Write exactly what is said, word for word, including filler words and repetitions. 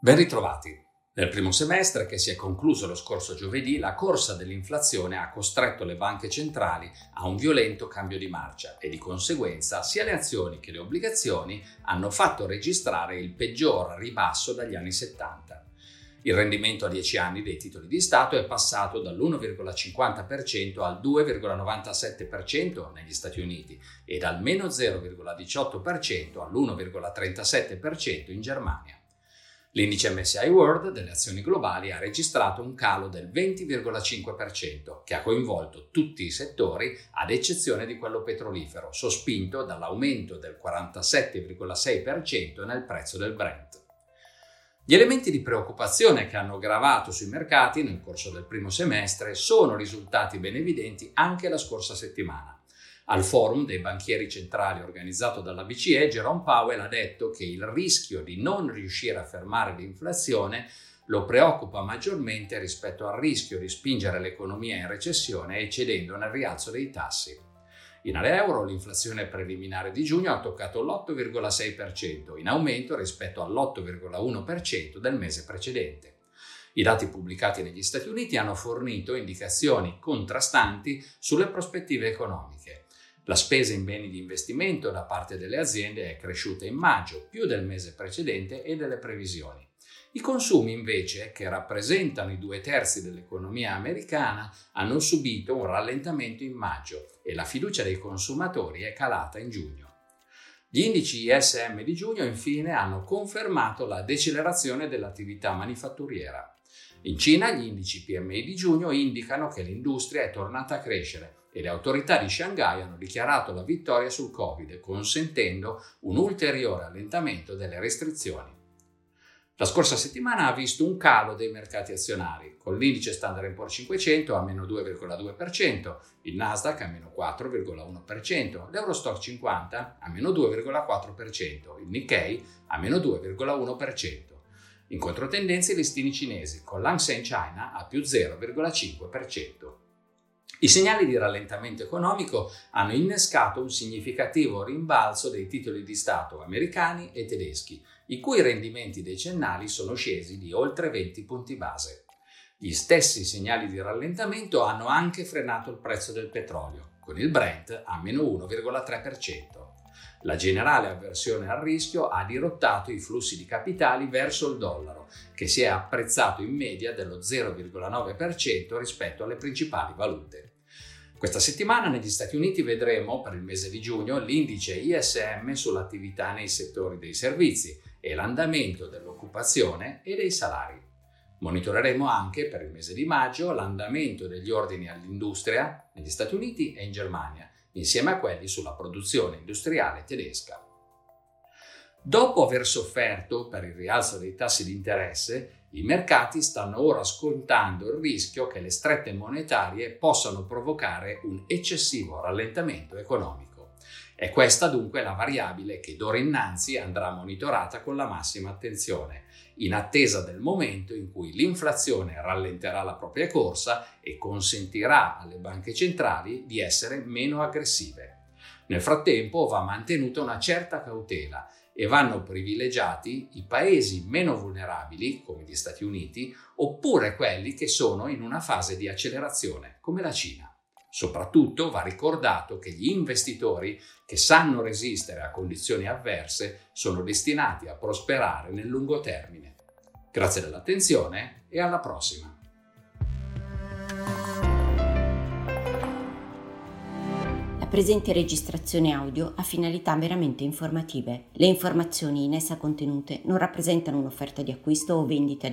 Ben ritrovati. Nel primo semestre, che si è concluso lo scorso giovedì, la corsa dell'inflazione ha costretto le banche centrali a un violento cambio di marcia e di conseguenza sia le azioni che le obbligazioni hanno fatto registrare il peggior ribasso dagli anni settanta. Il rendimento a dieci anni dei titoli di Stato è passato dall'uno virgola cinquanta per cento al due virgola novantasette per cento negli Stati Uniti e dal meno zero virgola diciotto per cento all'uno virgola trentasette per cento in Germania. L'indice M S C I World delle azioni globali ha registrato un calo del venti virgola cinque per cento, che ha coinvolto tutti i settori ad eccezione di quello petrolifero, sospinto dall'aumento del quarantasette virgola sei per cento nel prezzo del Brent. Gli elementi di preoccupazione che hanno gravato sui mercati nel corso del primo semestre sono risultati ben evidenti anche la scorsa settimana. Al forum dei banchieri centrali organizzato dalla B C E, Jerome Powell ha detto che il rischio di non riuscire a fermare l'inflazione lo preoccupa maggiormente rispetto al rischio di spingere l'economia in recessione eccedendo nel rialzo dei tassi. In area euro l'inflazione preliminare di giugno ha toccato l'otto virgola sei per cento, in aumento rispetto all'otto virgola uno per cento del mese precedente. I dati pubblicati negli Stati Uniti hanno fornito indicazioni contrastanti sulle prospettive economiche. La spesa in beni di investimento da parte delle aziende è cresciuta in maggio, più del mese precedente e delle previsioni. I consumi invece, che rappresentano i due terzi dell'economia americana, hanno subito un rallentamento in maggio e la fiducia dei consumatori è calata in giugno. Gli indici I S M di giugno infine hanno confermato la decelerazione dell'attività manifatturiera. In Cina gli indici P M I di giugno indicano che l'industria è tornata a crescere e le autorità di Shanghai hanno dichiarato la vittoria sul Covid, consentendo un ulteriore allentamento delle restrizioni. La scorsa settimana ha visto un calo dei mercati azionari, con l'indice Standard and Poor's cinquecento a meno due virgola due per cento, il Nasdaq a meno quattro virgola uno per cento, l'Eurostoxx cinquanta a meno due virgola quattro per cento, il Nikkei a meno due virgola uno per cento. In controtendenza i listini cinesi, con l'Hang Seng China a più zero virgola cinque per cento. I segnali di rallentamento economico hanno innescato un significativo rimbalzo dei titoli di Stato americani e tedeschi, i cui rendimenti decennali sono scesi di oltre venti punti base. Gli stessi segnali di rallentamento hanno anche frenato il prezzo del petrolio, con il Brent a meno uno virgola tre per cento. La generale avversione al rischio ha dirottato i flussi di capitali verso il dollaro, che si è apprezzato in media dello zero virgola nove per cento rispetto alle principali valute. Questa settimana negli Stati Uniti vedremo per il mese di giugno l'indice I S M sull'attività nei settori dei servizi e l'andamento dell'occupazione e dei salari. Monitoreremo anche per il mese di maggio l'andamento degli ordini all'industria negli Stati Uniti e in Germania, insieme a quelli sulla produzione industriale tedesca. Dopo aver sofferto per il rialzo dei tassi di interesse, i mercati stanno ora scontando il rischio che le strette monetarie possano provocare un eccessivo rallentamento economico. È questa dunque la variabile che d'ora innanzi andrà monitorata con la massima attenzione, in attesa del momento in cui l'inflazione rallenterà la propria corsa e consentirà alle banche centrali di essere meno aggressive. Nel frattempo va mantenuta una certa cautela e vanno privilegiati i paesi meno vulnerabili, come gli Stati Uniti, oppure quelli che sono in una fase di accelerazione, come la Cina. Soprattutto va ricordato che gli investitori che sanno resistere a condizioni avverse sono destinati a prosperare nel lungo termine. Grazie dell'attenzione e alla prossima! La presente registrazione audio ha finalità meramente informative. Le informazioni in essa contenute non rappresentano un'offerta di acquisto o vendita